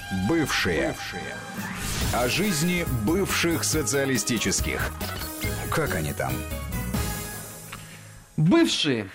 Бывшие. О жизни бывших социалистических. Как они там? Бывшие.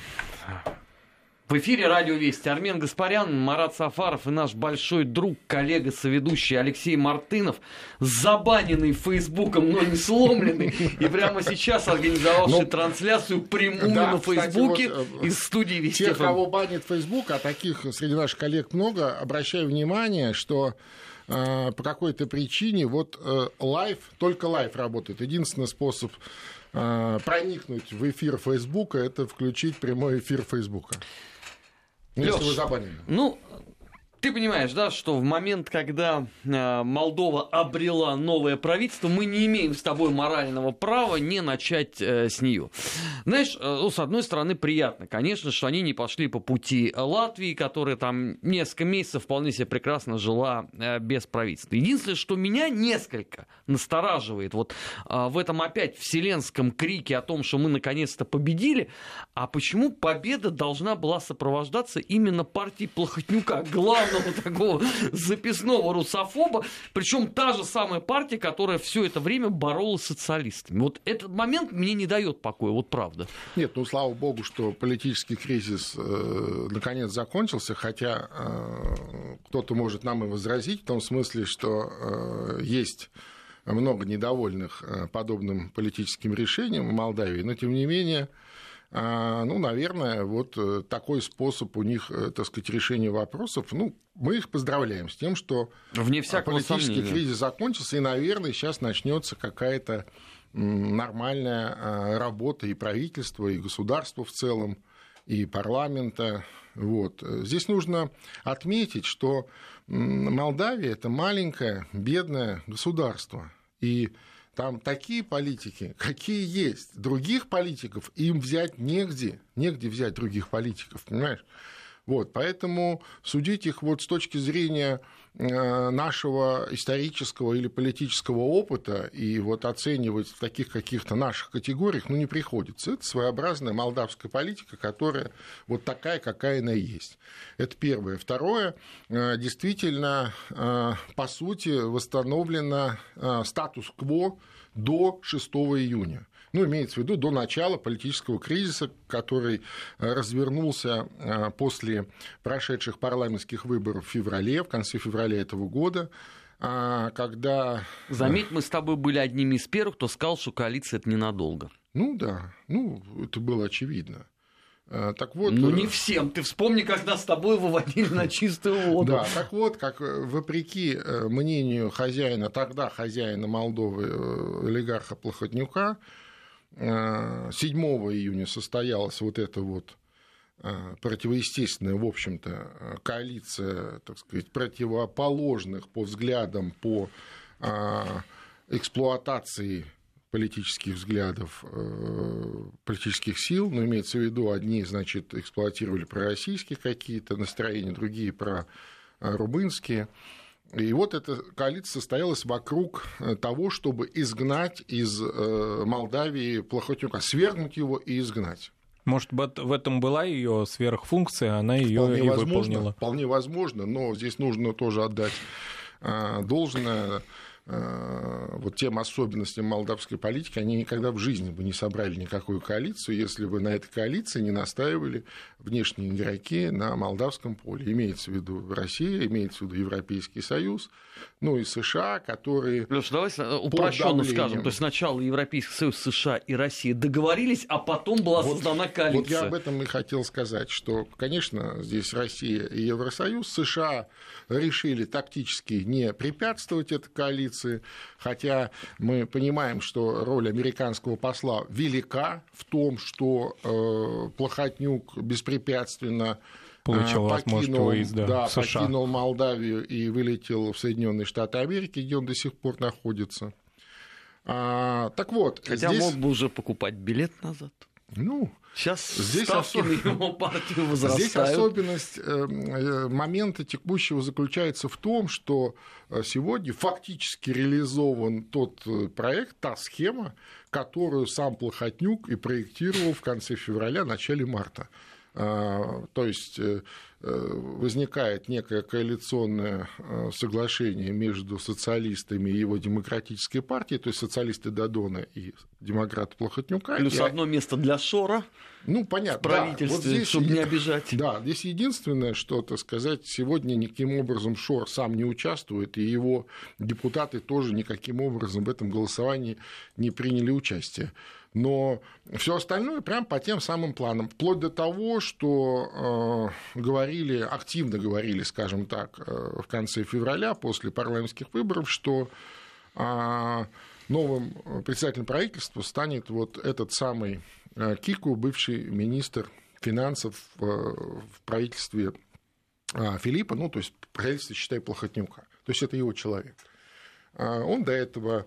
В эфире Радио Вести. Армен Гаспарян, Марат Сафаров и наш большой друг, коллега, соведущий Алексей Мартынов, забаненный Фейсбуком, но не сломленный, и прямо сейчас организовавший трансляцию прямую на Фейсбуке из студии Вести. Тех, кого банит Фейсбук, а таких среди наших коллег много, обращаю внимание, что по какой-то причине только лайв работает. Единственный способ проникнуть в эфир Фейсбука — это включить прямой эфир Фейсбука. Если вы забанены. Ты понимаешь, да, что в момент, когда Молдова обрела новое правительство, мы не имеем с тобой морального права не начать с нее. Знаешь, с одной стороны, приятно, конечно, что они не пошли по пути Латвии, которая там несколько месяцев вполне себе прекрасно жила без правительства. Единственное, что меня несколько настораживает в этом опять вселенском крике о том, что мы наконец-то победили, а почему победа должна была сопровождаться именно партией Плохотнюка, главного такого записного русофоба, причем та же самая партия, которая все это время боролась с социалистами. Вот этот момент мне не дает покоя, правда. Нет, слава богу, что политический кризис наконец закончился, хотя кто-то может нам и возразить в том смысле, что есть много недовольных подобным политическим решением в Молдавии, но тем не менее, наверное, такой способ у них, так сказать, решения вопросов. Мы их поздравляем с тем, что вне всякого политический сомнения. Кризис закончился, и, наверное, сейчас начнется какая-то нормальная работа и правительства, и государства в целом, и парламента. Здесь нужно отметить, что Молдавия — это маленькое, бедное государство, и там такие политики, какие есть. Других политиков им взять негде. Негде взять других политиков, понимаешь? Поэтому судить их с точки зрения нашего исторического или политического опыта и оценивать в таких каких-то наших категориях не приходится. Это своеобразная молдавская политика, которая такая, какая она и есть. Это первое. Второе, действительно, по сути, восстановлено статус-кво до 6 июня. Имеется в виду до начала политического кризиса, который развернулся после прошедших парламентских выборов в конце февраля этого года, когда... Заметь, мы с тобой были одними из первых, кто сказал, что коалиция — это ненадолго. Да, это было очевидно. Не всем. Ты вспомни, когда с тобой выводили на чистую воду. Да, как вопреки мнению тогда хозяина Молдовы, олигарха Плохотнюка, 7 июня состоялась эта противоестественная, в общем-то, коалиция, так сказать, противоположных по взглядам, по эксплуатации политических взглядов, политических сил, имеется в виду, одни, эксплуатировали пророссийские какие-то настроения, другие прорумынские. И эта коалиция состоялась вокруг того, чтобы изгнать из Молдавии Плохотнюка, свергнуть его и изгнать. Может быть, в этом была ее сверхфункция, она ее и выполнила. Вполне возможно, но здесь нужно тоже отдать должное тем особенностям молдавской политики. Они никогда в жизни бы не собрали никакую коалицию, если бы на этой коалиции не настаивали внешние игроки на молдавском поле. Имеется в виду Россия, имеется в виду Европейский Союз, и США, которые... Лёш, давай упрощенно скажем. То есть сначала Европейский Союз, США и Россия договорились, а потом была создана коалиция. Я об этом и хотел сказать, что, конечно, здесь Россия и Евросоюз, США решили тактически не препятствовать этой коалиции, хотя мы понимаем, что роль американского посла велика в том, что Плохотнюк беспрепятственно покинул Молдавию и вылетел в Соединенные Штаты Америки, где он до сих пор находится. Хотя мог бы уже покупать билет назад. Сейчас ставки на его партию возрастают. Здесь особенность момента текущего заключается в том, что сегодня фактически реализован тот проект, та схема, которую сам Плохотнюк и проектировал в конце февраля, начале марта. То есть возникает некое коалиционное соглашение между социалистами и его демократической партией, то есть социалисты Додона и демократы Плохотнюка. Плюс одно место для ссора. Ну, понятно. В правительстве, да, вот здесь, чтобы не обижать. Да, здесь единственное, что, так сказать, сегодня никаким образом Шор сам не участвует, и его депутаты тоже никаким образом в этом голосовании не приняли участие. Но все остальное прям по тем самым планам, вплоть до того, что активно говорили, скажем так, в конце февраля, после парламентских выборов, что новым председателем правительства станет вот этот самый Кику, бывший министр финансов в правительстве Филиппа, ну, то есть в правительстве, считай, Плохотнюка. То есть это его человек. Он до этого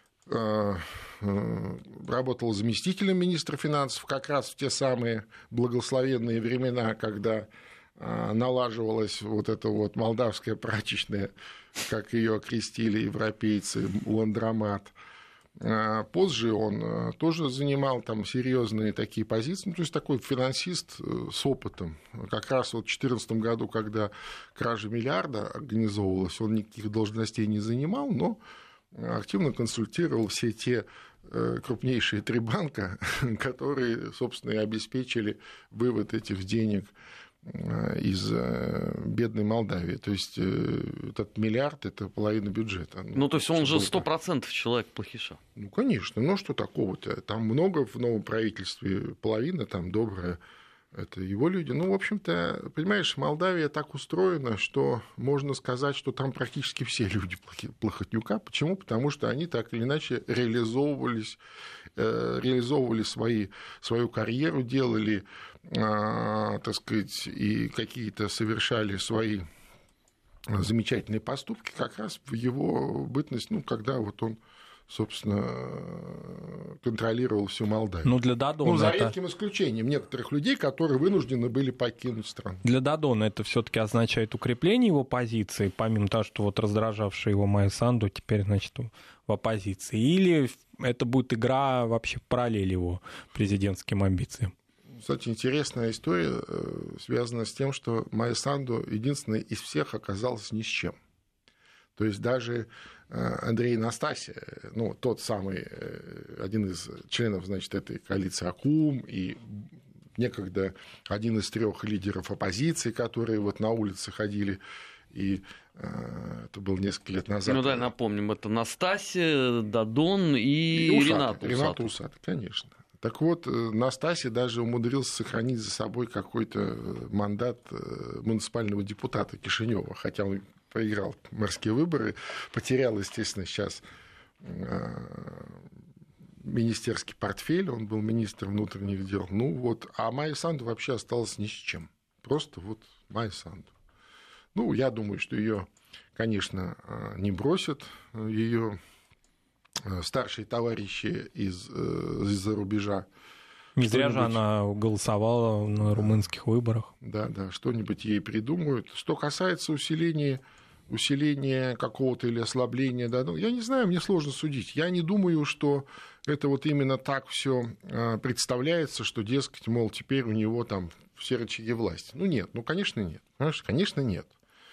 работал заместителем министра финансов как раз в те самые благословенные времена, когда налаживалась вот эта вот молдавская прачечная, как ее окрестили европейцы, ландромат. Позже он тоже занимал там серьезные такие позиции, ну, то есть такой финансист с опытом. Как раз вот в 2014 году, когда кража миллиарда организовывалась, он никаких должностей не занимал, но активно консультировал все те крупнейшие три банка, которые, собственно, и обеспечили вывод этих денег из бедной Молдавии. То есть этот миллиард – это половина бюджета. Ну, то есть он же 100% человек плохиша. Ну, конечно. Ну, что такого-то? Там много в новом правительстве, половина там добрая. Это его люди. Ну, в общем-то, понимаешь, Молдавия так устроена, что можно сказать, что там практически все люди Плохотнюка. Почему? Потому что они так или иначе реализовывали свою карьеру, делали, так сказать, и какие-то совершали свои замечательные поступки как раз в его бытность, ну, когда вот он, собственно, контролировал всю Молдавию. Ну, для Додона за редким исключением некоторых людей, которые вынуждены были покинуть страну. Для Додона это все-таки означает укрепление его позиции, помимо того, что вот раздражавший его Майя Санду теперь, значит, в оппозиции. Или это будет игра вообще в параллель его президентским амбициям? Кстати, интересная история связана с тем, что Майя Санду единственная из всех оказалась ни с чем. То есть даже Андрей Настасья, ну, тот самый, один из членов, значит, этой коалиции АКУМ и некогда один из 3 лидеров оппозиции, которые вот на улице ходили, и это было несколько лет назад. Ну да, напомним, это Настасья, Додон и Рената Усатый, конечно. Так вот, Настасья даже умудрился сохранить за собой какой-то мандат муниципального депутата Кишинева, хотя он проиграл мэрские выборы, потерял, естественно, сейчас министерский портфель, он был министром внутренних дел. Ну вот, а Майя Санду вообще осталась ни с чем. Просто вот Майя Санду. Ну, я думаю, что ее, конечно, не бросят, ее старшие товарищи из-за рубежа. Не зря же она голосовала на румынских выборах. Да, что-нибудь ей придумают. Что касается усиления какого-то или ослабления, да, ну, я не знаю, мне сложно судить. Я не думаю, что это вот именно так все представляется, что, дескать, мол, теперь у него там все рычаги власти. Ну, нет, ну, конечно, нет. Понимаешь? Конечно, нет.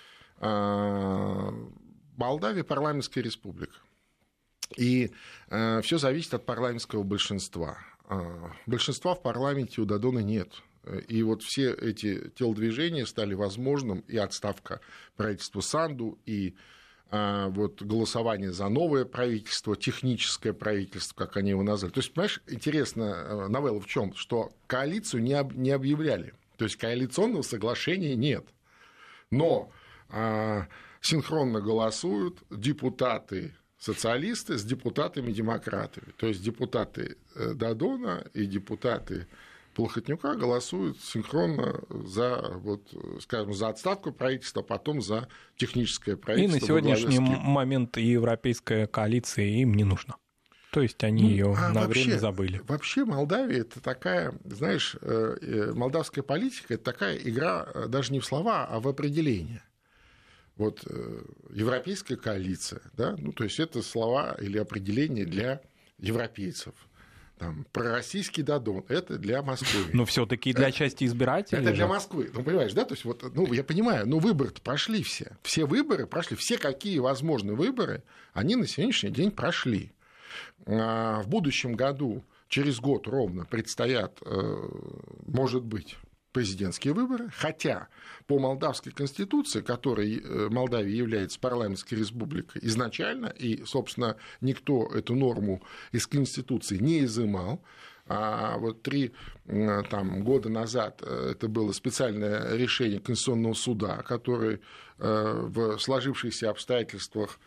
Молдавия – парламентская республика. И все зависит от парламентского большинства. Большинства в парламенте у Додона нет. И вот все эти телодвижения стали возможным, и отставка правительства Санду, и вот голосование за новое правительство, техническое правительство, как они его назвали. То есть, понимаешь, интересно, новелла в чем? Что коалицию не объявляли. То есть коалиционного соглашения нет. Но синхронно голосуют депутаты-социалисты с депутатами-демократами. То есть депутаты Додона и депутаты Плохотнюка голосуют синхронно за, вот, скажем, за отставку правительства, а потом за техническое правительство. И на сегодняшний момент европейская коалиция им не нужна. То есть они ее на время забыли. Вообще Молдавия – это такая, знаешь, молдавская политика – это такая игра даже не в слова, а в определение. Вот европейская коалиция, да, ну, то есть это слова или определения для европейцев. там, пророссийский Дадон, это для Москвы. Но все-таки для части избирателей. Это для Москвы. Ну, понимаешь, да? То есть, вот, ну, я понимаю, но выборы-то прошли все. Все выборы прошли. Все, какие возможны выборы, они на сегодняшний день прошли. В будущем году, через год ровно, предстоят, может быть, президентские выборы, хотя по Молдавской конституции, которой Молдавия является парламентской республикой изначально, и, собственно, никто эту норму из конституции не изымал, а вот 3 года назад это было специальное решение Конституционного суда, которое в сложившихся обстоятельствах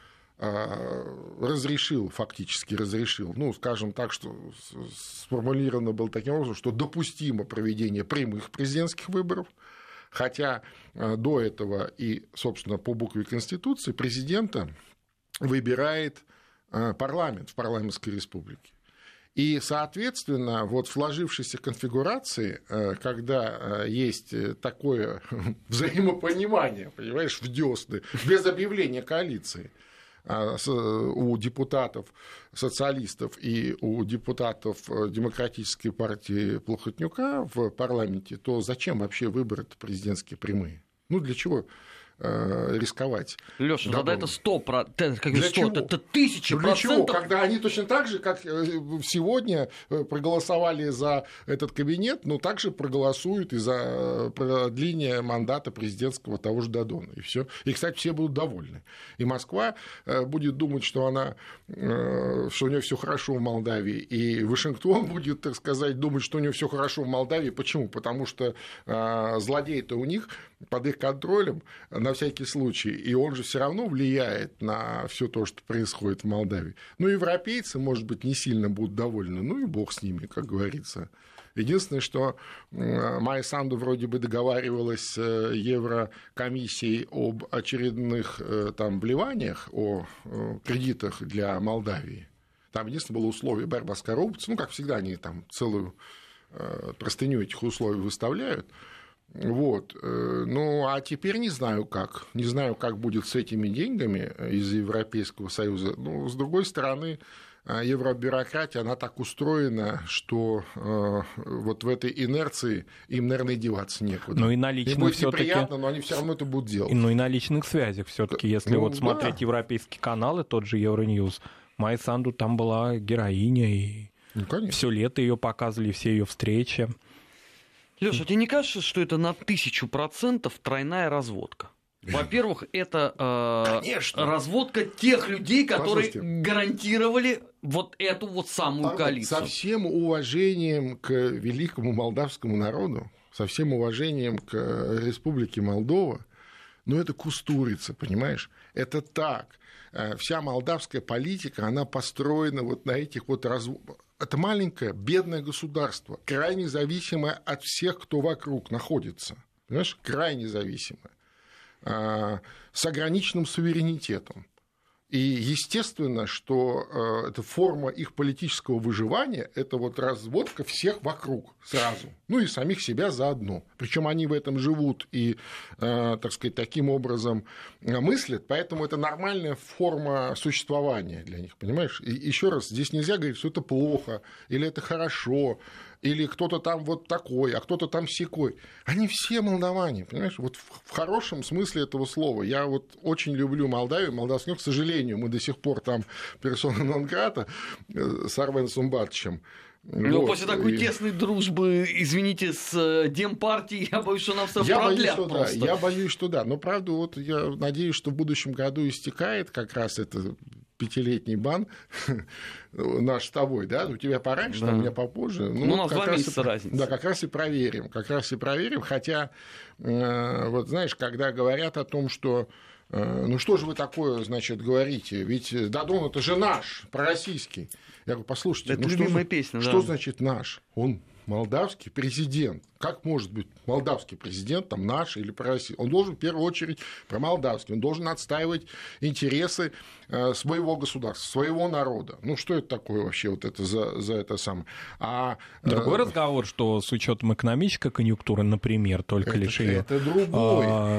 фактически разрешил, ну, скажем так, что сформулировано было таким образом, что допустимо проведение прямых президентских выборов, хотя до этого и, собственно, по букве Конституции президента выбирает парламент в парламентской республике. И, соответственно, вот в сложившейся конфигурации, когда есть такое взаимопонимание, понимаешь, в десны, без объявления коалиции, у депутатов социалистов и у депутатов Демократической партии Плохотнюка в парламенте, то зачем вообще выборы-то президентские прямые? Ну, для чего рисковать? Лёша, тогда это 100%, это 1000%. Для чего? Когда они точно так же, как сегодня проголосовали за этот кабинет, но также проголосуют и за продление мандата президентского того же Дадона. И все. И, кстати, все будут довольны. И Москва будет думать, что у нее все хорошо в Молдавии, и Вашингтон будет, так сказать, думать, что у него все хорошо в Молдавии. Почему? Потому что злодей-то у них под их контролем на всякий случай, и он же все равно влияет на все то, что происходит в Молдавии. Ну, европейцы, может быть, не сильно будут довольны, ну и бог с ними, как говорится. Единственное, что Майя Санду вроде бы договаривалась с Еврокомиссией об очередных там вливаниях, о кредитах для Молдавии. Там единственное было условие борьба с коррупцией, ну, как всегда, они там целую простыню этих условий выставляют. Вот. Ну, а теперь не знаю, как. Не знаю, как будет с этими деньгами из Европейского Союза. Ну, с другой стороны, евробюрократия, она так устроена, что вот в этой инерции им, наверное, деваться некуда. Ну, и на личных им будет всё-таки... неприятно, но они все равно это будут делать. Ну, и на личных связях все-таки, если вот смотреть европейские каналы, тот же Евроньюз, Майя Санду там была героиня, и все лето ее показывали, все ее встречи. Лёша, тебе не кажется, что это на 1000% тройная разводка? Во-первых, это разводка тех людей, которые гарантировали вот эту вот самую коалицию. Со всем уважением к великому молдавскому народу, со всем уважением к Республике Молдова, но это кустурица, понимаешь? Это так. Вся молдавская политика, она построена вот на этих вот разводах. Это маленькое, бедное государство, крайне зависимое от всех, кто вокруг находится. Понимаешь? Крайне зависимое. С ограниченным суверенитетом. И естественно, что эта форма их политического выживания – это вот разводка всех вокруг сразу, ну и самих себя заодно. Причем они в этом живут и, так сказать, таким образом мыслят, поэтому это нормальная форма существования для них, понимаешь? И еще раз, здесь нельзя говорить, что это плохо или это хорошо, или кто-то там вот такой, а кто-то там сякой. Они все молдаване, понимаешь? Вот в хорошем смысле этого слова. Я вот очень люблю Молдавию, Молдавскую, к сожалению, мы до сих пор там персона нон-грата с Арвеном Сумбатовичем. Но вот. После такой тесной дружбы, извините, с Демпартией, я боюсь, что нам все продлят просто. Я боюсь, что да. Но, правда, вот я надеюсь, что в будущем году истекает как раз это 5-летний бан наш с тобой, да, у тебя пораньше, у меня попозже. Ну, у нас 2 месяца разница. Да, как раз и проверим, хотя, вот знаешь, когда говорят о том, что ну что же вы такое, значит, говорите, ведь Дадон это же наш, пророссийский. Я говорю, послушайте, это любимая песня, что значит наш? Он молдавский президент. Как может быть молдавский президент, там, наш или пророссийский? Он должен в первую очередь про молдавский, он должен отстаивать интересы своего государства, своего народа. Ну, что это такое вообще вот это за это самое? Другой разговор, что с учетом экономической конъюнктуры, например, только лишь ее... Это другой.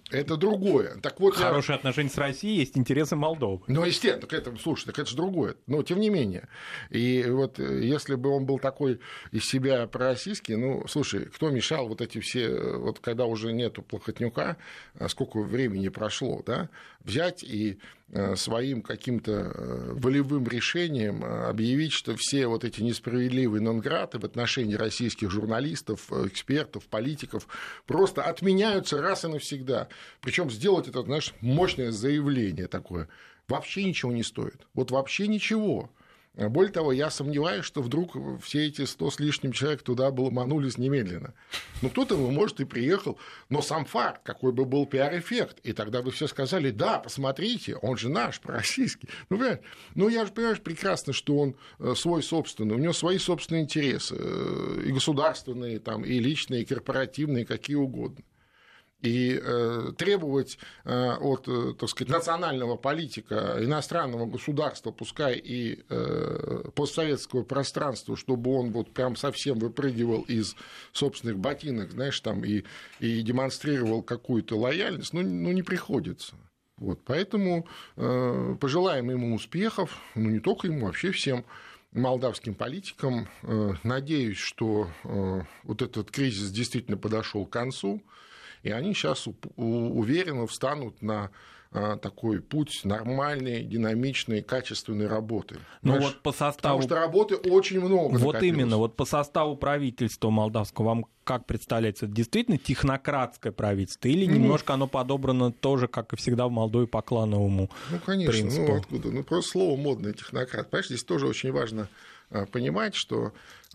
Это другое. Так вот, хорошие отношения с Россией, есть интересы Молдовы. Ну, естественно, слушай, так это же другое. Но тем не менее. И вот если бы он был такой из себя пророссийский, ну, слушай, кто мешал вот эти все, вот когда уже нету Плохотнюка, сколько времени прошло, да, взять и своим каким-то волевым решением объявить, что все вот эти несправедливые нонграты в отношении российских журналистов, экспертов, политиков просто отменяются раз и навсегда. Причем сделать это, знаешь, мощное заявление такое вообще ничего не стоит. Вот вообще ничего. Более того, я сомневаюсь, что вдруг все эти 100 с лишним человек туда бы ломанулись немедленно. Ну, кто-то, может, и приехал, но сам факт, какой бы был пиар-эффект, и тогда бы все сказали, да, посмотрите, он же наш, пророссийский. Ну, понимаешь, я же понимаю прекрасно, что он свой собственный, у него свои собственные интересы, и государственные, там, и личные, и корпоративные, какие угодно. И требовать от, так сказать, национального политика, иностранного государства, пускай и постсоветского пространства, чтобы он вот прям совсем выпрыгивал из собственных ботинок, знаешь, там, и демонстрировал какую-то лояльность, ну, не приходится. Вот, поэтому пожелаем ему успехов, ну, не только ему, вообще всем молдавским политикам. Надеюсь, что вот этот кризис действительно подошел к концу, и они сейчас уверенно встанут на такой путь нормальной, динамичной, качественной работы. Ну вот по составу... Потому что работы очень много. Вот именно, вот по составу правительства молдавского вам как представляется, это действительно технократское правительство или немножко оно подобрано тоже, как и всегда в Молдове, по клановому конечно, принципу? Ну откуда? Ну просто слово модное, технократ. Понимаешь, здесь тоже очень важно понимать, что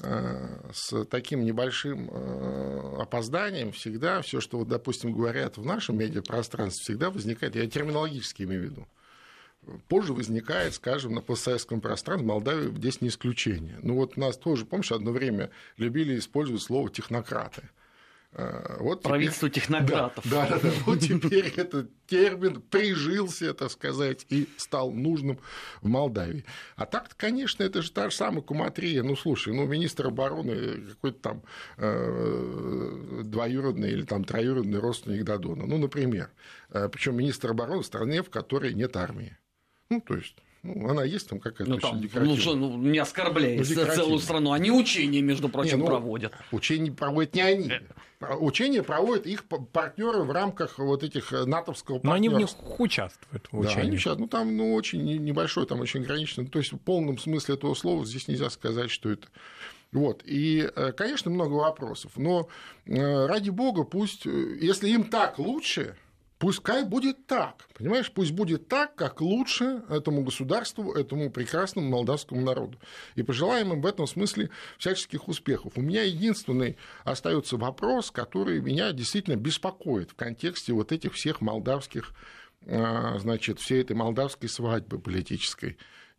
с таким небольшим опозданием всегда все, что, вот, допустим, говорят в нашем медиапространстве, всегда возникает, я терминологически имею в виду, позже возникает, скажем, на постсоветском пространстве, Молдавия здесь не исключение. Ну вот нас тоже, помнишь, одно время любили использовать слово «технократы». Вот правительство технократов. Да. Вот теперь этот термин прижился, так сказать, и стал нужным в Молдавии. А так-то, конечно, это же та же самая куматрия. Ну, слушай, министр обороны какой-то там двоюродный или там троюродный родственник Додона. Ну, например. Причем министр обороны в стране, в которой нет армии. Ну, то есть... она есть там какая-то очень декоративная. Не оскорбляет целую страну. Они учения, между прочим, проводят. Учения проводят не они. Учения проводят их партнеры в рамках вот этих натовского партнерства. Но они в них участвуют в учениях. Да, там очень небольшой, там очень ограниченный. То есть в полном смысле этого слова здесь нельзя сказать, что это... Вот. И, конечно, много вопросов. Но ради бога, пусть, если им так лучше... Пускай будет так, понимаешь, пусть будет так, как лучше этому государству, этому прекрасному молдавскому народу. И пожелаем им в этом смысле всяческих успехов. У меня единственный остается вопрос, который меня действительно беспокоит в контексте вот этих всех молдавских, значит, всей этой молдавской свадьбы политической.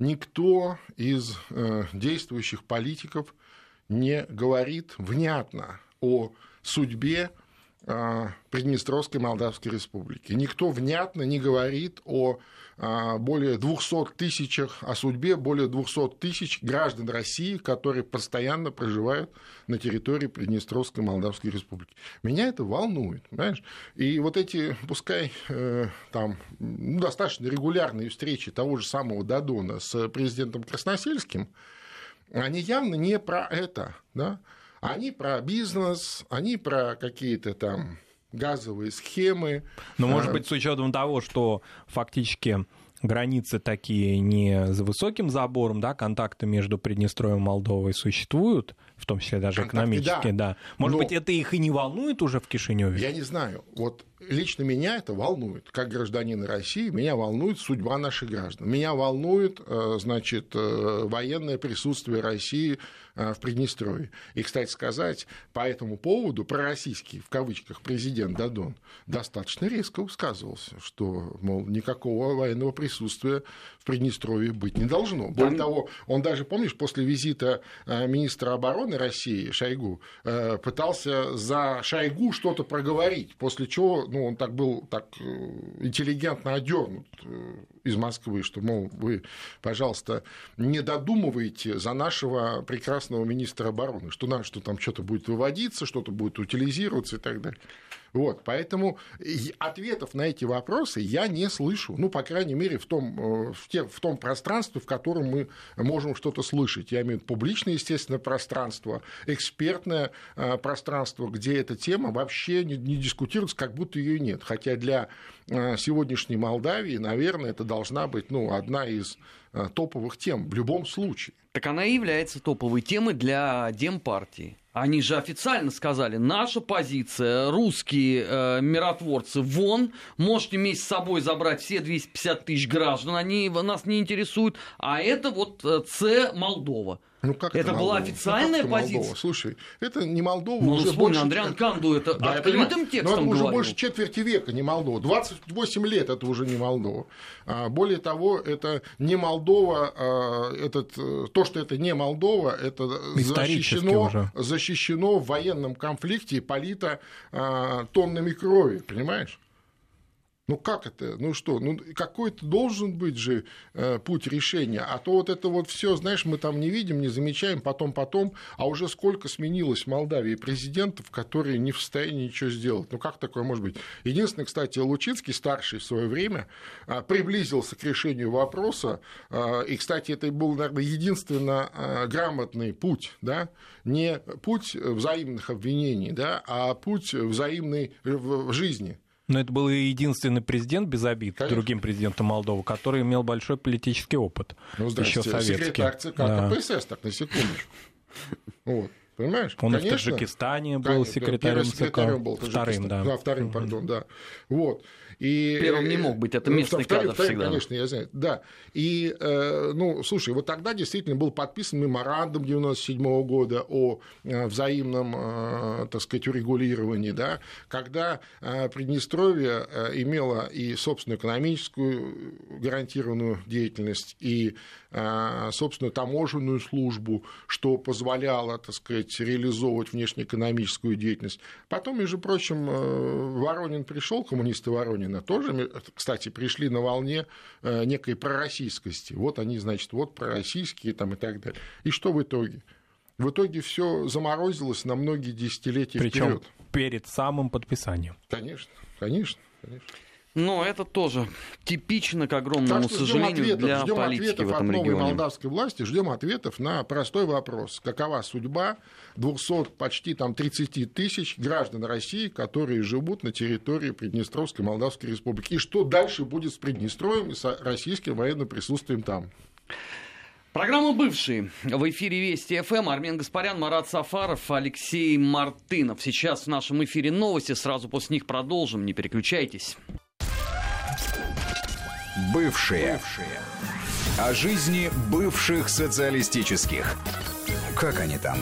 Никто из действующих политиков не говорит внятно о судьбе Приднестровской Молдавской Республики. Никто внятно не говорит о более 200 тысячах, о судьбе более 200 тысяч граждан России, которые постоянно проживают на территории Приднестровской Молдавской Республики. Меня это волнует, понимаешь? И вот эти, пускай там достаточно регулярные встречи того же самого Додона с президентом Красносельским, они явно не про это, да? Они про бизнес, они про какие-то там газовые схемы. Но, может быть, с учетом того, что фактически границы такие не за высоким забором, да, контакты между Приднестровьем и Молдовой существуют, в том числе даже экономические, да. Может быть, это их и не волнует уже в Кишиневе? Я не знаю. Вот лично меня это волнует. Как гражданина России, меня волнует судьба наших граждан. Меня волнует, значит, военное присутствие России в Приднестровье. И, кстати сказать, по этому поводу пророссийский, в кавычках, президент Додон достаточно резко высказывался, что, мол, никакого военного присутствия в Приднестровье быть не должно. Более того, он даже, помнишь, после визита министра обороны России Шойгу пытался за Шойгу что-то проговорить, после чего он так был так интеллигентно одернут из Москвы, что, мол, вы, пожалуйста, не додумывайте за нашего прекрасного министра обороны, что там что-то будет выводиться, что-то будет утилизироваться и так далее. Вот, поэтому ответов на эти вопросы я не слышу, ну, по крайней мере, в том пространстве, в котором мы можем что-то слышать. Я имею в виду публичное, естественно, пространство, экспертное пространство, где эта тема вообще не дискутируется, как будто ее нет. Хотя для сегодняшней Молдавии, наверное, это должна быть, ну, одна из топовых тем в любом случае. Так она и является топовой темой для Демпартии. Они же официально сказали, наша позиция, русские миротворцы вон, можете вместе с собой забрать все 250 тысяч граждан, они нас не интересуют, а это вот Молдова. Ну, как это была официальная позиция. Молдова? Слушай, это не Молдова. Ну, уже вспомни, больше... Андриан Канду это да, открытым текстом уже говорил. больше четверти века не Молдова. 28 лет это уже не Молдова. Более того, это не Молдова, то, что это не Молдова, это защищено в военном конфликте и полито тоннами крови, понимаешь? Ну как это? Ну что? Ну какой-то должен быть же путь решения. А то вот это вот все, знаешь, мы там не видим, не замечаем, потом, а уже сколько сменилось в Молдавии президентов, которые не в состоянии ничего сделать. Ну как такое может быть? Единственное, кстати, Лучицкий, старший в свое время, приблизился к решению вопроса. И, кстати, это был, наверное, единственно грамотный путь, да? Не путь взаимных обвинений, да, а путь взаимной в жизни. Но это был единственный президент без обид, конечно, другим президентом Молдовы, который имел большой политический опыт. Ну, еще советский. Секретарь ЦК КПСС, так, на секундочку. Вот. Понимаешь? Он конечно, и в Таджикистане был секретарем ЦК. Вторым, да. Вторым, пардон, да. Вот. И... Первым не мог быть, это местный кадр всегда. Конечно, я знаю, да. И, ну, слушай, вот тогда действительно был подписан меморандум 1997 года о взаимном, так сказать, урегулировании, да, когда Приднестровье имело и собственную экономическую гарантированную деятельность, и собственную таможенную службу, что позволяло, так сказать, реализовывать внешнеэкономическую деятельность. Потом, между прочим, Воронин пришел, коммунисты Воронина тоже, кстати, пришли на волне некой пророссийскости. Вот они, значит, вот пророссийские там и так далее. И что в итоге? В итоге все заморозилось на многие десятилетия вперед. Причем перед самым подписанием. Конечно, конечно. Но это тоже типично, к огромному сожалению, для политики в этом регионе. Ждем ответов от новой молдавской власти, ждем ответов на простой вопрос. Какова судьба 200, почти там 30 тысяч граждан России, которые живут на территории Приднестровской Молдавской Республики? И что дальше будет с Приднестровьем и с российским военным присутствием там? Программа «Бывшие». В эфире Вести ФМ. Армен Гаспарян, Марат Сафаров, Алексей Мартынов. Сейчас в нашем эфире новости. Сразу после них продолжим. Не переключайтесь. Бывшие. О жизни бывших социалистических. Как они там?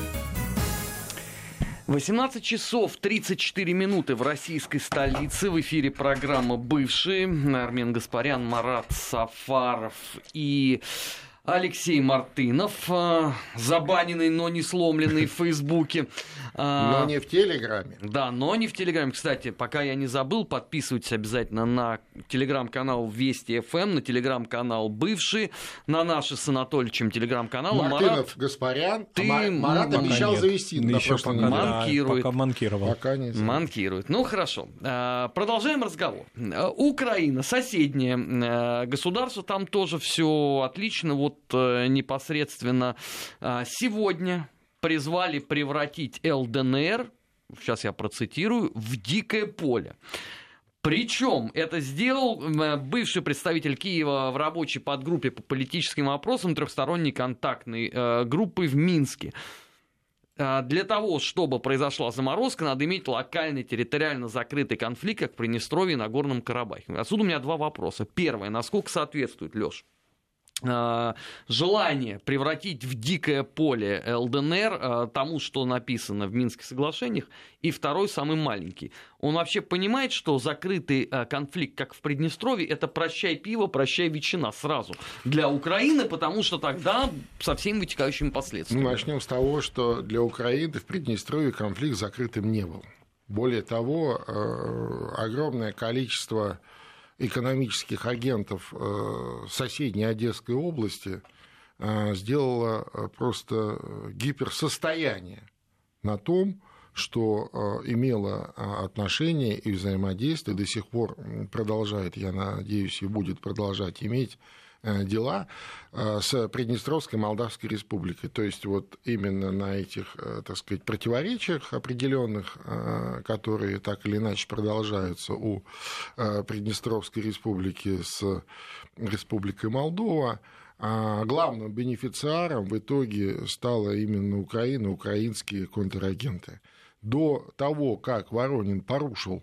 18 часов 34 минуты в российской столице. В эфире программа «Бывшие». Армен Гаспарян, Марат Сафаров и Алексей Мартынов, забаненный, но не сломленный в Фейсбуке. Но не в Телеграме. Да, но не в Телеграме. Кстати, пока я не забыл, подписывайтесь обязательно на телеграм-канал Вести ФМ, на телеграм-канал «Бывшие», на наши с Анатольевичем телеграм-каналы. Мартынов, Гаспарян. Марат обещал завести на прошлой неделе. Манкирует. Пока манкировал. Пока не знаю. Манкирует. Ну, хорошо. Продолжаем разговор. Украина, соседнее государство, там тоже все отлично. Вот непосредственно сегодня призвали превратить ЛДНР, сейчас я процитирую, в дикое поле. Причем это сделал бывший представитель Киева в рабочей подгруппе по политическим вопросам трехсторонней контактной группы в Минске. Для того, чтобы произошла заморозка, надо иметь локальный территориально закрытый конфликт, как в Приднестровье и Нагорном Карабахе. Отсюда у меня два вопроса. Первое. Насколько соответствует, Лёш, желание превратить в дикое поле ЛДНР тому, что написано в Минских соглашениях, и второй, самый маленький. Он вообще понимает, что закрытый конфликт, как в Приднестровье, это прощай пиво, прощай ветчина сразу для Украины, потому что тогда со всеми вытекающими последствиями. Ну, начнем с того, что для Украины в Приднестровье конфликт закрытым не был. Более того, огромное количество экономических агентов соседней Одесской области сделало просто гиперсостояние на том, что имело отношение и взаимодействие, до сих пор продолжает, я надеюсь, и будет продолжать иметь дела с Приднестровской Молдавской Республикой. То есть вот именно на этих, так сказать, противоречиях определенных, которые так или иначе продолжаются у Приднестровской Республики с Республикой Молдова, главным бенефициаром в итоге стала именно Украина, украинские контрагенты. До того, как Воронин порушил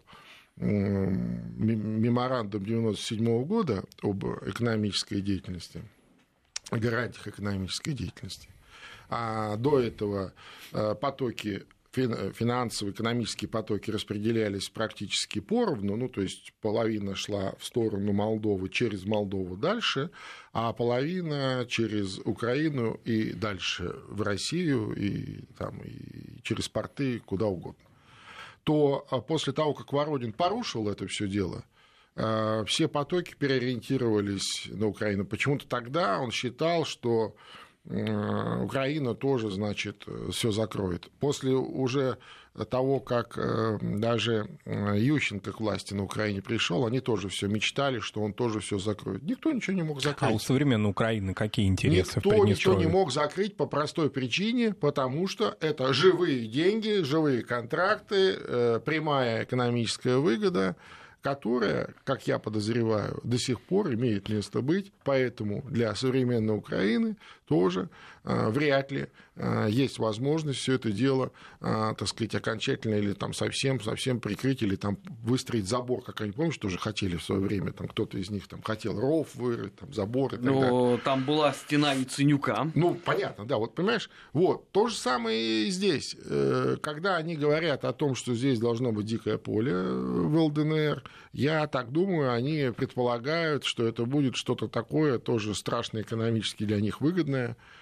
меморандум 1997 года об экономической деятельности, о гарантиях экономической деятельности, а до этого потоки, финансовые, экономические потоки распределялись практически поровну, ну, то есть половина шла в сторону Молдовы, через Молдову дальше, а половина через Украину и дальше в Россию, и через порты, куда угодно. То после того, как Воронин порушил это все дело, все потоки переориентировались на Украину. Почему-то тогда он считал, что Украина тоже, значит, все закроет. После уже того, как даже Ющенко к власти на Украине пришел, они тоже все мечтали, что он тоже все закроет. Никто ничего не мог закрыть. А у современной Украины какие интересы в Приднестровье? Никто ничего не Приднестровье? мог закрыть по простой причине, потому что это живые деньги, живые контракты, прямая экономическая выгода, которая, как я подозреваю, до сих пор имеет место быть, поэтому для современной Украины тоже вряд ли есть возможность все это дело, так сказать, окончательно или там совсем прикрыть, или там выстроить забор, как они, помнишь, тоже хотели в свое время, там кто-то из них там хотел ров вырыть, там забор и так далее. Но там была стена Яценюка. Ну, понятно, да, вот понимаешь, вот, то же самое и здесь. Когда они говорят о том, что здесь должно быть дикое поле в ЛДНР, я так думаю, они предполагают, что это будет что-то такое, тоже страшно экономически для них выгодное,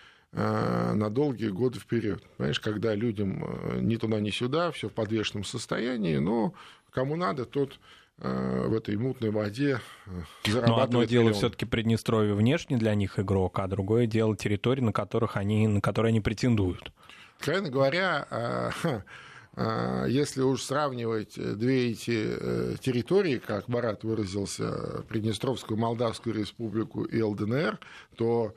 на долгие годы вперед. Понимаешь, когда людям ни туда, ни сюда, все в подвешенном состоянии, но кому надо, тот в этой мутной воде зарабатывает. Но одно дело миллионы. все-таки Приднестровье внешне для них игрок, а другое дело территории, на которые они претендуют. Откровенно говоря, если уж сравнивать две эти территории, как Марат выразился, Приднестровскую Молдавскую Республику и ЛДНР, то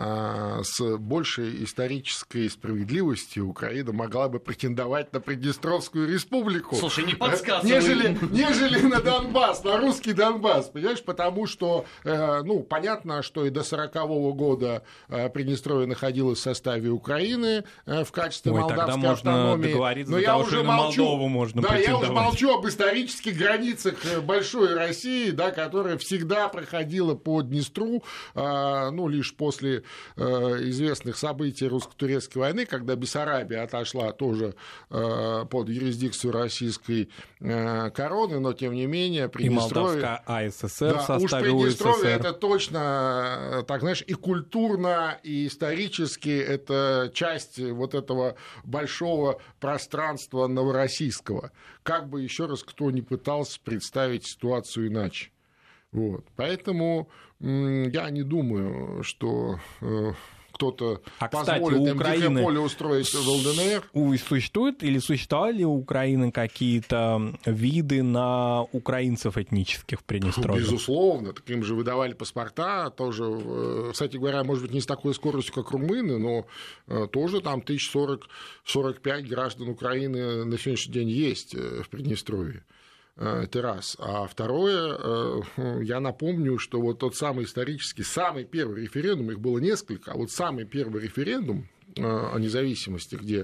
с большей исторической справедливостью Украина могла бы претендовать на Приднестровскую Республику. Слушай, не подсказывай. Нежели на Донбасс, на русский Донбасс, понимаешь, потому что, ну, понятно, что и до 1940 года Приднестровье находилось в составе Украины в качестве молдавской автономии. Но я уже молчу, я уже молчу об исторических границах большой России, да, которая всегда проходила по Днестру, ну, лишь после известных событий русско-турецкой войны, когда Бессарабия отошла тоже под юрисдикцию российской короны, но тем не менее Приднестровье... И Молдавская АССР в составе уж Приднестровье УССР. это точно, так знаешь, и культурно, и исторически это часть вот этого большого пространства новороссийского. Как бы еще раз кто ни пытался представить ситуацию иначе. Вот. Поэтому я не думаю, что кто-то позволит им дикое поле устроить в ЛДНР. Существует или существовали у Украины какие-то виды на украинцев этнических в Приднестровье? Безусловно, так им же выдавали паспорта, тоже, кстати говоря, может быть, не с такой скоростью, как румыны, но тоже там 1040-45 граждан Украины на сегодняшний день есть в Приднестровье. Это раз. А второе, я напомню, что вот тот самый исторический, самый первый референдум, их было несколько, а вот самый первый референдум о независимости, где,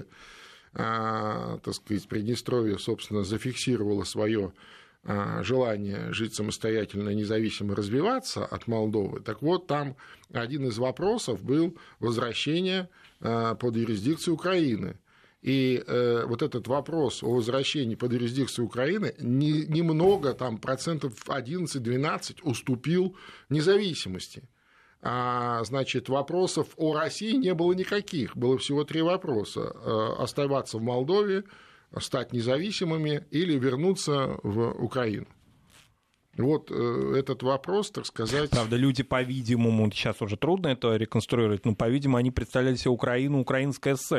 так сказать, Приднестровье, собственно, зафиксировало свое желание жить самостоятельно, независимо развиваться от Молдовы, так вот, там один из вопросов был возвращение под юрисдикцию Украины. И вот этот вопрос о возвращении под юрисдикцию Украины немного, там, процентов 11-12 уступил независимости. Значит, вопросов о России не было никаких. Было всего 3 вопроса. Оставаться в Молдове, стать независимыми или вернуться в Украину. Вот этот вопрос, так сказать... Правда, люди, по-видимому, сейчас уже трудно это реконструировать, но, по-видимому, они представляли себе Украину, Украинская ССР.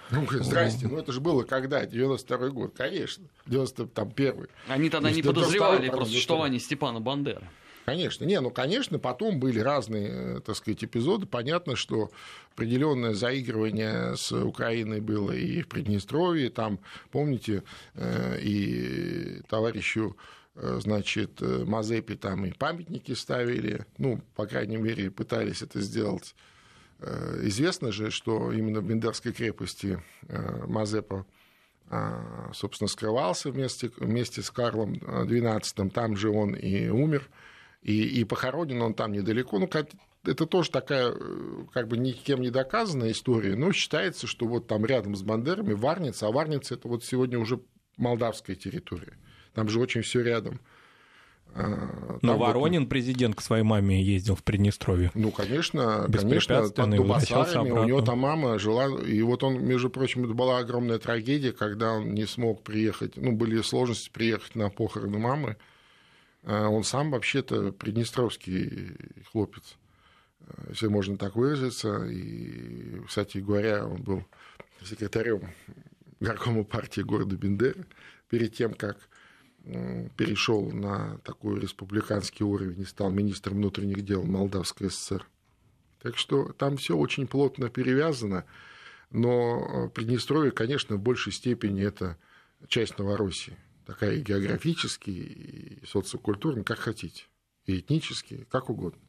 Ну, здрасте, ну это же было когда? 92-й год, конечно, 91-й. Они тогда не подозревали про существование Степана Бандеры. Конечно, конечно, потом были разные, так сказать, эпизоды. Понятно, что определенное заигрывание с Украиной было и в Приднестровье. Там, помните, и товарищу, значит, Мазепе там и памятники ставили. Ну, по крайней мере, пытались это сделать. Известно же, что именно в Бендерской крепости Мазепа, собственно, скрывался вместе с Карлом XII. Там же он и умер. И похоронен он там недалеко. Ну, это тоже такая, как бы никем не доказанная история, но считается, что вот там рядом с Бандерами Варница, а Варница — это вот сегодня уже молдавская территория. Там же очень все рядом. Но Воронин, президент, к своей маме ездил в Приднестровье. Ну, конечно, под Дубасарами, у него там мама жила, и вот он, между прочим, это была огромная трагедия, когда он не смог приехать, ну, были сложности приехать на похороны мамы. Он сам вообще-то приднестровский хлопец, если можно так выразиться. И, кстати говоря, он был секретарем горкома партии города Бендеры перед тем, как перешел на такой республиканский уровень и стал министром внутренних дел Молдавской ССР. Так что там все очень плотно перевязано, но Приднестровье, конечно, в большей степени это часть Новороссии. Такая и географически, и социокультурно, как хотите, и этнически, как угодно.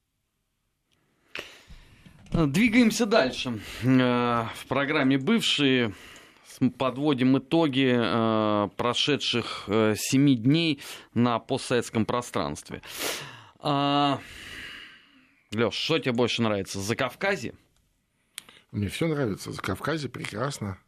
Двигаемся дальше. В программе «Бывшие» подводим итоги прошедших 7 дней на постсоветском пространстве. Лёш, что тебе больше нравится? Закавказье? Мне все нравится. Закавказье прекрасно.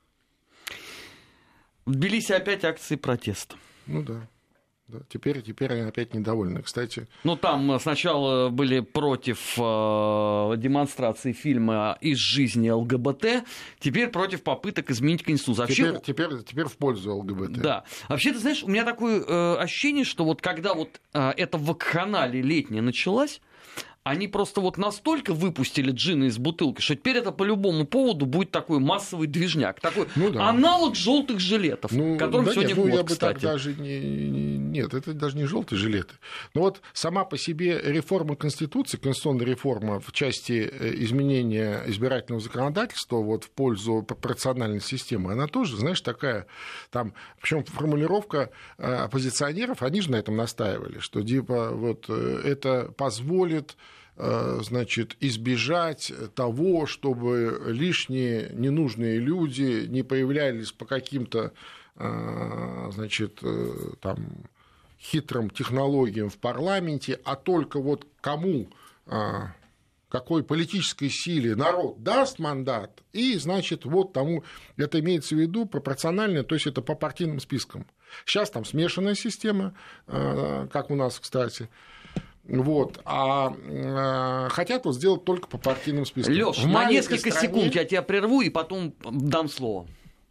В Тбилиси опять акции протеста. Ну да. Теперь они опять недовольны, кстати. Ну, там сначала были против демонстрации фильма «Из жизни ЛГБТ», теперь против попыток изменить Конституцию. Теперь в пользу ЛГБТ. Да. Вообще, ты знаешь, у меня такое ощущение, что вот когда вот эта вакханалия летняя началась, они просто вот настолько выпустили джина из бутылки, что теперь это по любому поводу будет такой массовый движняк. Такой аналог желтых жилетов, которым сегодня год, кстати. Нет, это даже не желтые жилеты. Но вот сама по себе реформа Конституции, конституционная реформа в части изменения избирательного законодательства вот, в пользу пропорциональной системы, она тоже, знаешь, такая, там, причем формулировка оппозиционеров, они же на этом настаивали, что типа вот это позволит, значит, избежать того, чтобы лишние ненужные люди не появлялись по каким-то, значит, там, хитрым технологиям в парламенте, а только вот кому, какой политической силе народ даст мандат, и, значит, вот тому, это имеется в виду пропорционально, то есть это по партийным спискам. Сейчас там смешанная система, как у нас, кстати. Вот, хотят вот сделать только по партийным спискам. Лёш, на несколько секунд я тебя прерву и потом дам слово.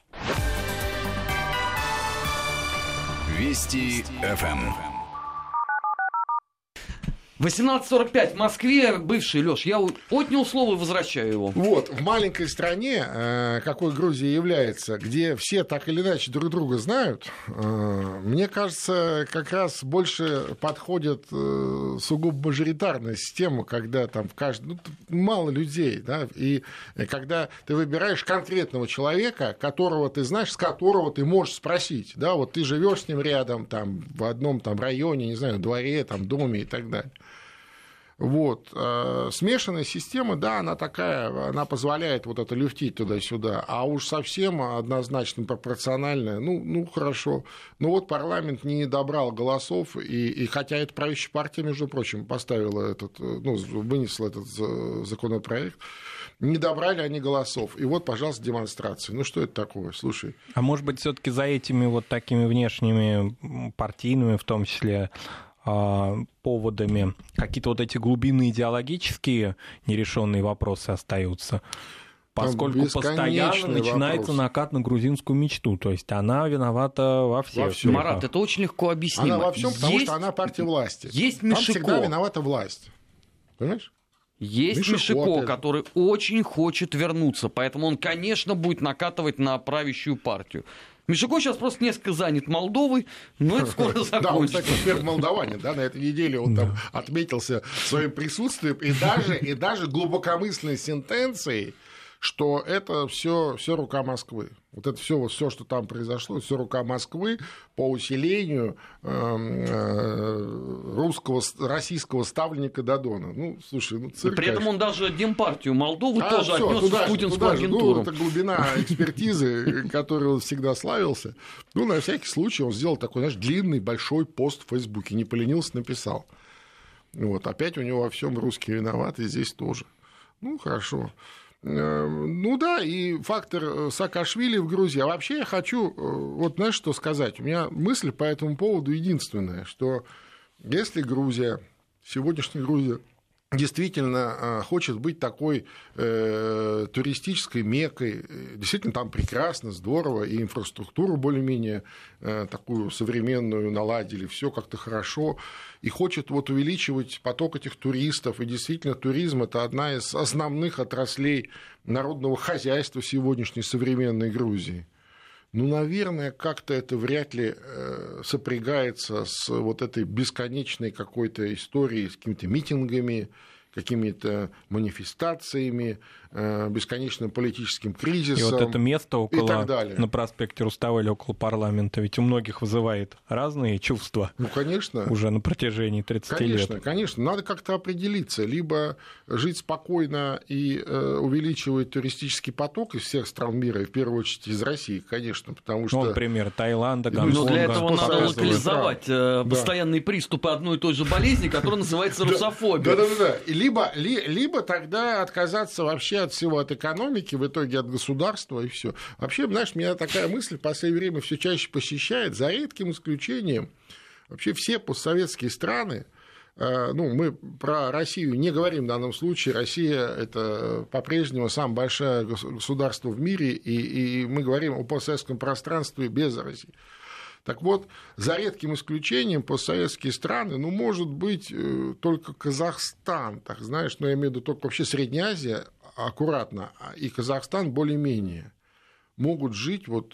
Вести ФМ. 18:45 в Москве. Бывший, Лёш, я отнял слово и возвращаю его. Вот, в маленькой стране, какой Грузия является, где все так или иначе друг друга знают, мне кажется, как раз больше подходит сугубо мажоритарная система, когда там в каждом мало людей, да, и когда ты выбираешь конкретного человека, которого ты знаешь, с которого ты можешь спросить, да, вот ты живешь с ним рядом, там, в одном там районе, не знаю, дворе, там, доме и так далее. Вот. Смешанная система, да, она такая, она позволяет вот это люфтить туда-сюда, а уж совсем однозначно пропорциональная, ну хорошо. Но вот парламент не добрал голосов, и хотя эта правящая партия, между прочим, поставила этот, вынесла этот законопроект, не добрали они голосов. И вот, пожалуйста, демонстрации. Ну, что это такое? Слушай. А может быть, все-таки за этими вот такими внешними партийными, в том числе, поводами какие-то вот эти глубинные идеологические нерешенные вопросы остаются, поскольку постоянно начинается накат на грузинскую мечту, то есть она виновата во всем. Марат, это очень легко объяснимо. Она во всем, потому что она партия власти. Есть Там Мишико. всегда виновата власть. Понимаешь? Есть Мишико, который очень хочет вернуться, поэтому он, конечно, будет накатывать на правящую партию. Мишико сейчас просто несколько занят Молдовой, но это скоро закончится. Да, он, кстати, первый молдаванин, да, на этой неделе он там отметился своим присутствием и даже глубокомысленной сентенцией, что это все рука Москвы. Вот это все, что там произошло, все рука Москвы по усилению российского ставленника Додона. Ну, слушай, цирк. При этом он даже Демпартию Молдовы тоже отнес в путинскую агентуру. Это глубина экспертизы, которой он всегда славился. Ну, на всякий случай он сделал такой, знаешь, длинный большой пост в Фейсбуке, не поленился, написал. Вот, опять у него во всем русские виноваты, и здесь тоже. Ну, хорошо. Ну да, и фактор Саакашвили в Грузии. А вообще я хочу, вот знаешь, что сказать? У меня мысль по этому поводу единственная, что если Грузия, сегодняшняя Грузия, действительно хочет быть такой туристической меккой, действительно там прекрасно, здорово, и инфраструктуру более-менее такую современную наладили, все как-то хорошо, и хочет вот увеличивать поток этих туристов, и действительно туризм – это одна из основных отраслей народного хозяйства сегодняшней современной Грузии. Ну, наверное, как-то это вряд ли сопрягается с вот этой бесконечной какой-то историей, с какими-то митингами, какими-то манифестациями, бесконечным политическим кризисом. И вот это место около, и так далее. На проспекте Руставели около парламента, ведь у многих вызывает разные чувства. Ну, конечно. Уже на протяжении 30 лет. Конечно. Надо как-то определиться. Либо жить спокойно и увеличивать туристический поток из всех стран мира, и в первую очередь из России, конечно, потому что... Ну, например, Таиланда, Гонконга. Но для этого надо локализовать постоянные приступы одной и той же болезни, которая называется русофобия. Да. Либо тогда отказаться вообще от всего, от экономики, в итоге от государства и все. Вообще, знаешь, меня такая мысль в последнее время все чаще посещает, за редким исключением. Вообще все постсоветские страны, ну, мы про Россию не говорим в данном случае, Россия – это по-прежнему самое большое государство в мире, и мы говорим о постсоветском пространстве без России. Так вот, за редким исключением постсоветские страны, ну, может быть, только Казахстан, так знаешь, но я имею в виду только вообще Средняя Азия, аккуратно, и Казахстан более-менее могут жить вот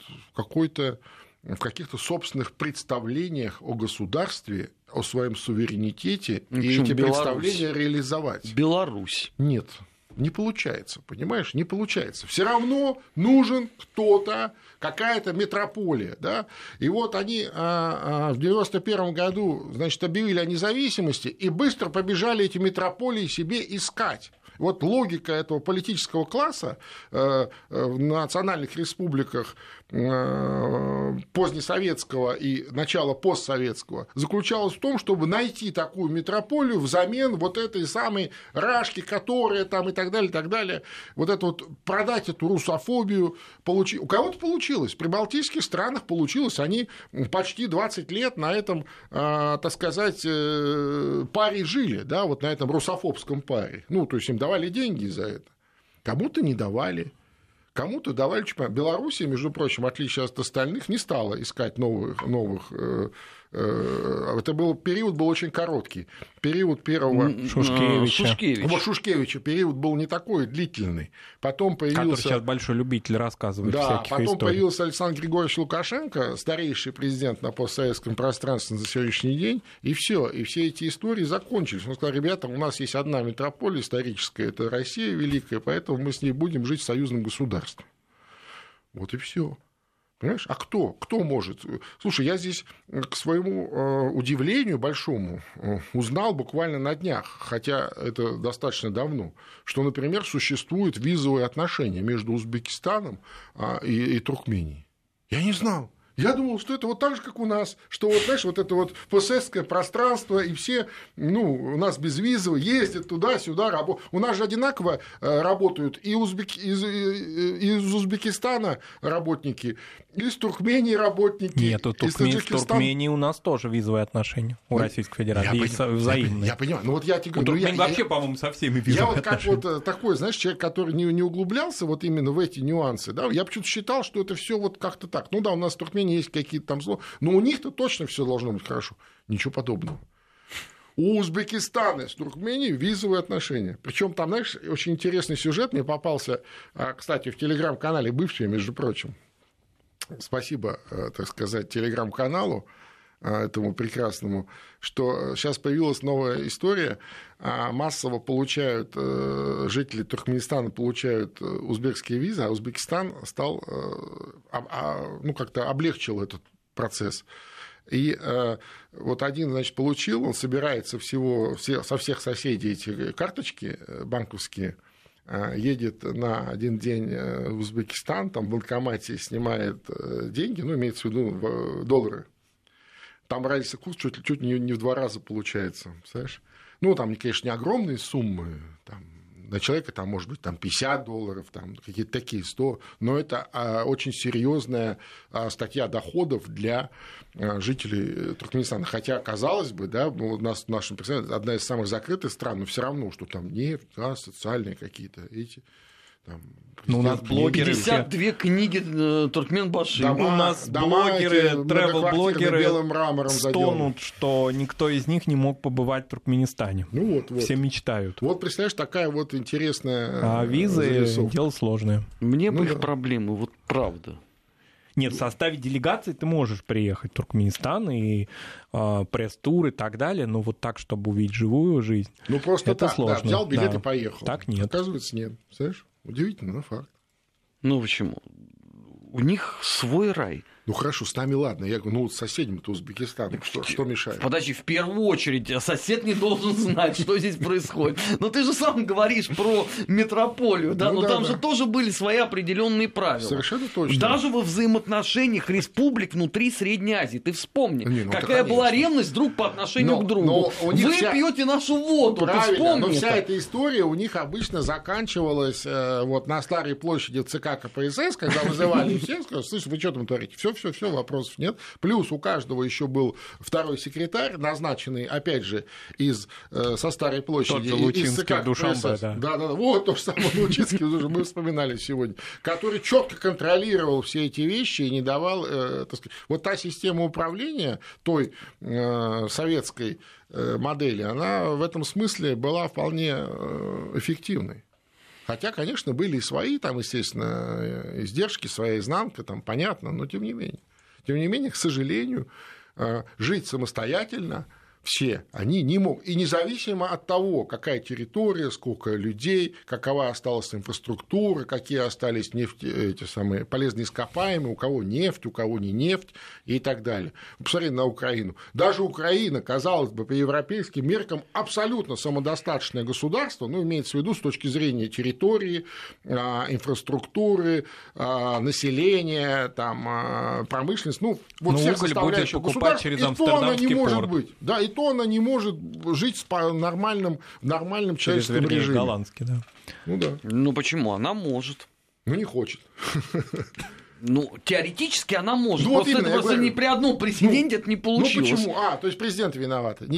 в каких-то собственных представлениях о государстве, о своем суверенитете, и эти представления реализовать. Беларусь. Нет. Не получается, понимаешь, не получается. Все равно нужен кто-то, какая-то метрополия, да. И вот они в 91 году, значит, объявили о независимости и быстро побежали эти метрополии себе искать. Вот логика этого политического класса в национальных республиках позднесоветского и начала постсоветского заключалась в том, чтобы найти такую метрополию взамен вот этой самой рашки, которая там и так далее, вот это вот продать эту русофобию. У кого-то получилось, при балтийских странах получилось, они почти 20 лет на этом, так сказать, паре жили, да, вот на этом русофобском паре, ну, то есть им давали деньги за это, кому-то не давали. Кому-то давали чемпионат. Белоруссия, между прочим, в отличие от остальных, не стала искать новых. Это был период был очень короткий. Период первого Шушкевича. Вот Шушкевича период был не такой длительный. Потом появился... Который сейчас большой любитель рассказывать всяких историй. Потом появился Александр Григорьевич Лукашенко, старейший президент на постсоветском пространстве на сегодняшний день, и все. И все эти истории закончились. Он сказал: ребята, у нас есть одна метрополия историческая, это Россия великая, поэтому мы с ней будем жить в союзном государстве. Вот и все. Понимаешь? А кто может? Слушай, я здесь, к своему удивлению большому, узнал буквально на днях, хотя это достаточно давно, что, например, существуют визовые отношения между Узбекистаном и Туркменией. Я не знал. Я думал, что это вот так же, как у нас, что вот, знаешь, вот это вот постсоветское пространство, и все, ну, у нас безвизово ездят туда-сюда, у нас же одинаково работают и из Узбекистана работники, и из Туркмении работники. Нет, с Туркменией у нас тоже визовые отношения у Российской Федерации, есть взаимные. Я понимаю, ну вот я тебе говорю... Туркмении вообще, по-моему, со всеми визовые отношения. Я вот как вот такой, знаешь, человек, который не углублялся вот именно в эти нюансы, да, я почему-то считал, что это все вот как-то так. Ну да, у нас в Туркмении есть какие-то там зло, но у них-то точно все должно быть хорошо. Ничего подобного. У Узбекистана с Туркменией визовые отношения. Причем там, знаешь, очень интересный сюжет мне попался, кстати, в телеграм-канале бывший, между прочим. Спасибо, так сказать, телеграм-каналу этому прекрасному, что сейчас появилась новая история. Массово получают, жители Туркменистана получают узбекские визы, а Узбекистан стал, ну, как-то облегчил этот процесс. И вот один, значит, получил, он собирается со всех соседей эти карточки банковские, едет на один день в Узбекистан, там в банкомате снимает деньги, ну, имеется в виду доллары. Там разница курс чуть не в 2 раза получается, представляешь? Ну, там, конечно, не огромные суммы, там, на человека там, может быть, там, $50, там, какие-то такие 100, но это очень серьезная статья доходов для жителей Туркменистана. Хотя, казалось бы, да, у нас в нашем представлении одна из самых закрытых стран, но все равно, что там нефть, газ, социальные какие-то эти... Там, ну, у нас блогеры 52 книги Туркменбаши. У нас блогеры, тревел-блогеры стонут, что никто из них не мог побывать в Туркменистане. Ну, вот. Все мечтают. Вот, представляешь, такая вот интересная... А визы — дело сложное. Мне бы их проблемы, вот правда. Нет, в составе делегации ты можешь приехать в Туркменистан и пресс-тур и так далее, но вот так, чтобы увидеть живую жизнь, ну, просто это так, сложно. Да, взял билет и поехал. Так нет. Оказывается, нет. Знаешь, удивительно, но факт. Ну, почему? У них свой рай. Ну, хорошо, с нами ладно. Я говорю, ну, вот с соседями-то Узбекистаном что мешает? Подожди, в первую очередь, сосед не должен знать, что здесь происходит. Но ты же сам говоришь про метрополию, да? Ну, но да, там да. же тоже были свои определенные правила. Совершенно точно. Даже во взаимоотношениях республик внутри Средней Азии. Ты вспомни, Не, ну, какая была ревность друг по отношению к другу. Вы пьете нашу воду, правильно, ты вспомни. но вся эта история у них обычно заканчивалась вот на Старой площади ЦК КПСС, когда вызывали всех, сказали, слышь, вы что там творите? Все, вопросов нет. Плюс у каждого еще был второй секретарь, назначенный, опять же, со Старой площади. Тот же Лучинский, из ЦК Душанбе, да. Да, вот то же самое Лучинский, уже мы вспоминали сегодня, который четко контролировал все эти вещи и не давал, так сказать, вот та система управления той советской модели, она в этом смысле была вполне эффективной. Хотя, конечно, были и свои, там, естественно, издержки, своя изнанка, там, понятно, но тем не менее. Тем не менее, к сожалению, жить самостоятельно все они не могут. И независимо от того, какая территория, сколько людей, какова осталась инфраструктура, какие остались эти самые полезные ископаемые, у кого нефть, у кого не нефть и так далее. Посмотри на Украину. Даже Украина, казалось бы, по европейским меркам абсолютно самодостаточное государство, ну, имеется в виду с точки зрения территории, инфраструктуры, населения, там, промышленности, ну, вот всех составляющих государств, через и то она не может порт. быть. Да, и то она не может жить в нормальном человеческом режиме. Голландский, да. Ну да. Ну почему? Она может. Ну не хочет. Ну, теоретически она может. Ну, вот просто именно, это просто ни при одном президенте это не получилось. Ну почему? То есть президент виноват. Не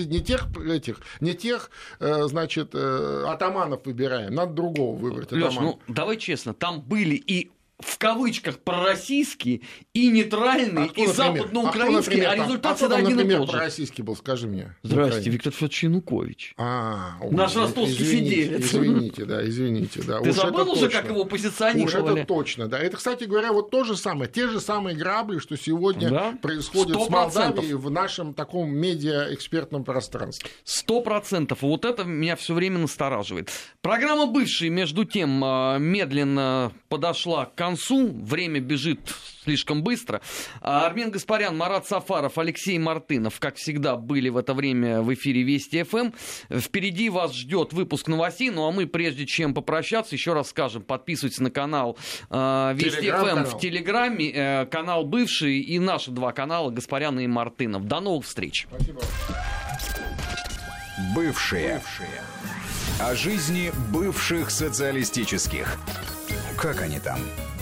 тех, значит, атаманов выбираем, надо другого выбрать. Лёш, ну давай честно, там были и в кавычках пророссийские, и нейтральные, и западноукраинские, а результат всегда один и тот же. Пророссийский был, скажи мне. Здрасте, Виктор Федорович Янукович. Наш ростовский сиделец. Извините, да. Ты забыл уже, как его позиционировали? Уж это точно, да. Это, кстати говоря, вот то же самое, те же самые грабли, что сегодня происходят 100%. С Молдавией в нашем таком медиа-экспертном пространстве. 100%. И вот это меня все время настораживает. Программа «Бывшие», между тем, медленно подошла к концу. Время бежит слишком быстро. Армен Гаспарян, Марат Сафаров, Алексей Мартынов, как всегда, были в это время в эфире Вести ФМ. Впереди вас ждет выпуск новостей. Ну а мы, прежде чем попрощаться, еще раз скажем, подписывайтесь на канал Вести ФМ в Телеграме, канал «Бывший» и наши два канала Гаспаряна и Мартынов. До новых встреч. Спасибо. Бывшие. О жизни бывших социалистических. Как они там?